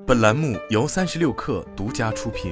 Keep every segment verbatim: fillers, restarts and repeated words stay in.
本栏目由三十六氪独家出品。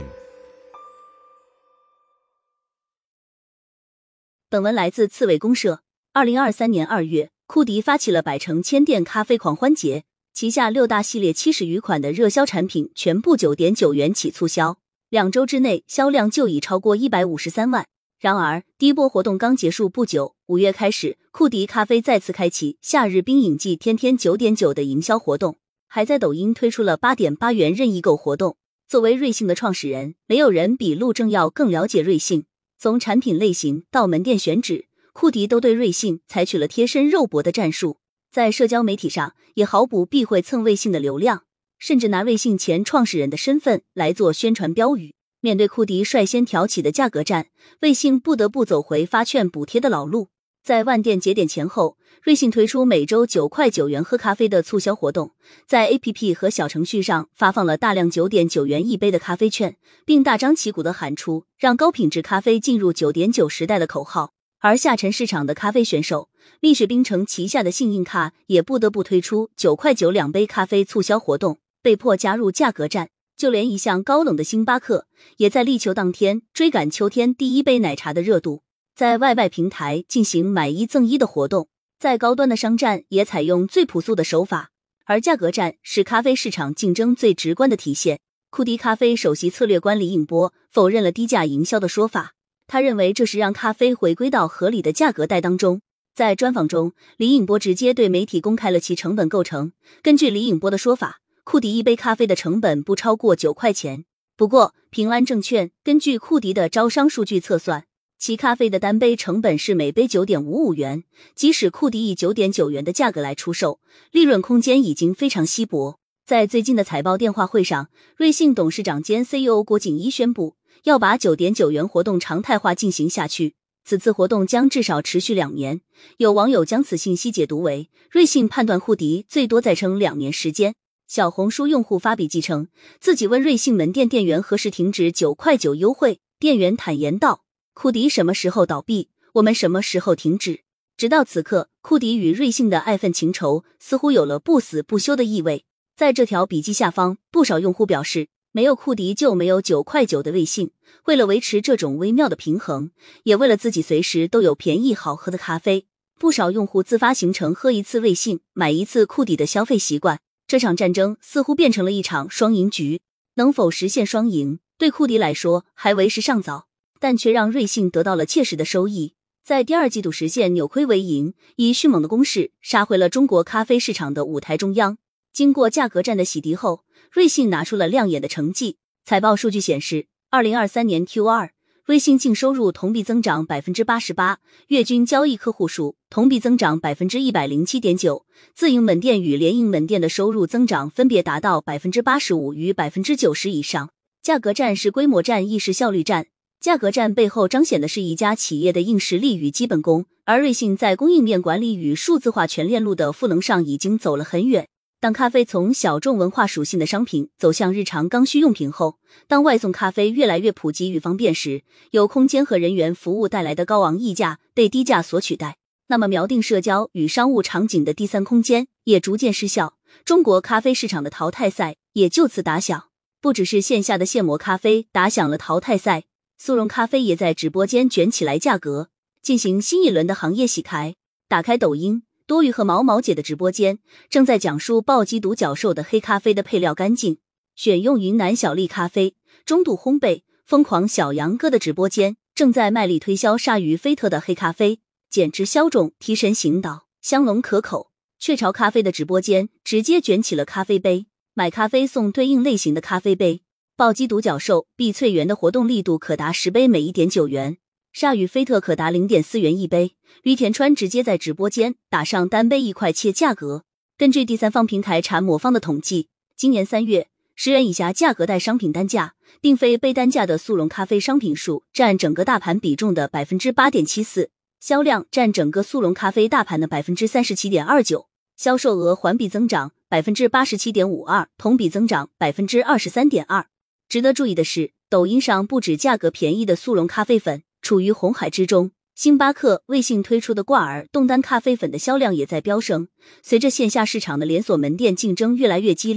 本文来自刺猬公社。二零二三年二月，库迪发起了百城千店咖啡狂欢节，旗下六大系列七十余款的热销产品全部 九点九元起促销，两周之内销量就已超过一百五十三万。然而，第一波活动刚结束不久，五月开始，库迪咖啡再次开启夏日冰饮季天天 九点九 的营销活动，还在抖音推出了 八点八元任意购活动。作为瑞幸的创始人，没有人比陆正耀更了解瑞幸。从产品类型到门店选址，库迪都对瑞幸采取了贴身肉搏的战术。在社交媒体上也毫不避讳蹭瑞幸的流量，甚至拿瑞幸前创始人的身份来做宣传标语。面对库迪率先挑起的价格战，瑞幸不得不走回发券补贴的老路。在万店节点前后，瑞幸推出每周九块九元喝咖啡的促销活动，在 A P P 和小程序上发放了大量 九点九元一杯的咖啡券，并大张旗鼓地喊出让高品质咖啡进入 九点九 时代的口号。而下沉市场的咖啡选手蜜雪冰城旗下的幸运卡也不得不推出九块九两杯咖啡促销活动，被迫加入价格战。就连一向高冷的星巴克也在立秋当天追赶秋天第一杯奶茶的热度，在外卖平台进行买一赠一的活动。在高端的商战也采用最朴素的手法，而价格战是咖啡市场竞争最直观的体现。库迪咖啡首席策略官李应波否认了低价营销的说法，他认为这是让咖啡回归到合理的价格带当中。在专访中，李应波直接对媒体公开了其成本构成。根据李应波的说法，库迪一杯咖啡的成本不超过九块钱。不过，平安证券根据库迪的招商数据测算，其咖啡的单杯成本是每杯 九点五五元，即使库迪以 九点九元的价格来出售，利润空间已经非常稀薄。在最近的财报电话会上，瑞幸董事长兼 C E O 郭景一宣布，要把 九点九元活动常态化进行下去。此次活动将至少持续两年。有网友将此信息解读为，瑞幸判断库迪最多再撑两年时间。小红书用户发笔记称，自己问瑞幸门店店员何时停止九块九优惠，店员坦言道，库迪什么时候倒闭，我们什么时候停止。直到此刻，库迪与瑞幸的爱恨情仇似乎有了不死不休的意味。在这条笔记下方，不少用户表示，没有库迪就没有九块九的瑞幸。为了维持这种微妙的平衡，也为了自己随时都有便宜好喝的咖啡，不少用户自发形成喝一次瑞幸买一次库迪的消费习惯。这场战争似乎变成了一场双赢局，能否实现双赢，对库迪来说还为时尚早，但却让瑞幸得到了切实的收益。在第二季度实现扭亏为盈，以迅猛的攻势杀回了中国咖啡市场的舞台中央。经过价格战的洗涤后，瑞幸拿出了亮眼的成绩。财报数据显示，二零二三年 Q 二， 瑞幸净收入同比增长 百分之八十八， 月均交易客户数同比增长 百分之一百零七点九， 自营门店与联营门店的收入增长分别达到 百分之八十五 与 百分之九十 以上。价格战是规模战亦是效率战，价格战背后彰显的是一家企业的硬实力与基本功，而瑞幸在供应链管理与数字化全链路的赋能上已经走了很远。当咖啡从小众文化属性的商品走向日常刚需用品后，当外送咖啡越来越普及与方便时，由空间和人员服务带来的高昂溢价被低价所取代，那么锚定社交与商务场景的第三空间也逐渐失效，中国咖啡市场的淘汰赛也就此打响。不只是线下的现磨咖啡打响了淘汰赛，速溶咖啡也在直播间卷起来价格，进行新一轮的行业洗牌。打开抖音，多鱼和毛毛姐的直播间正在讲述暴击独角兽的黑咖啡的配料干净，选用云南小粒咖啡，中度烘焙。疯狂小杨哥的直播间正在卖力推销鲨鱼菲特的黑咖啡，简直消肿提神醒脑，香浓可口。雀巢咖啡的直播间直接卷起了咖啡杯，买咖啡送对应类型的咖啡杯。暴击独角兽碧翠园的活动力度可达十杯每 一点九元，鲨鱼菲特可达 零点四元一杯。于田川直接在直播间打上单杯一块切价格。根据第三方平台产魔方的统计，今年三月十元以下价格带商品单价并非杯单价的速溶咖啡商品数占整个大盘比重的 百分之八点七四， 销量占整个速溶咖啡大盘的 百分之三十七点二九， 销售额环比增长 百分之八十七点五二， 同比增长 百分之二十三点二。 值得注意的是，抖音上不止价格便宜的速溶咖啡粉处于红海之中，星巴克、瑞幸推出的挂耳冻单咖啡粉的销量也在飙升。随着线下市场的连锁门店竞争越来越激烈，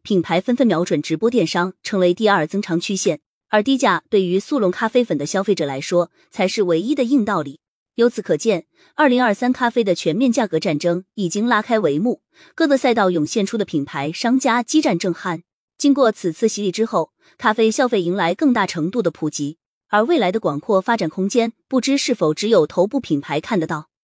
品牌纷纷瞄准直播电商，成为第二增长曲线。而低价对于速溶咖啡粉的消费者来说，才是唯一的硬道理。由此可见，二零二三咖啡的全面价格战争已经拉开帷幕，各个赛道涌现出的品牌商家激战正酣。经过此次洗礼之后，咖啡消费迎来更大程度的普及，而未来的广阔发展空间，不知是否只有头部品牌看得到。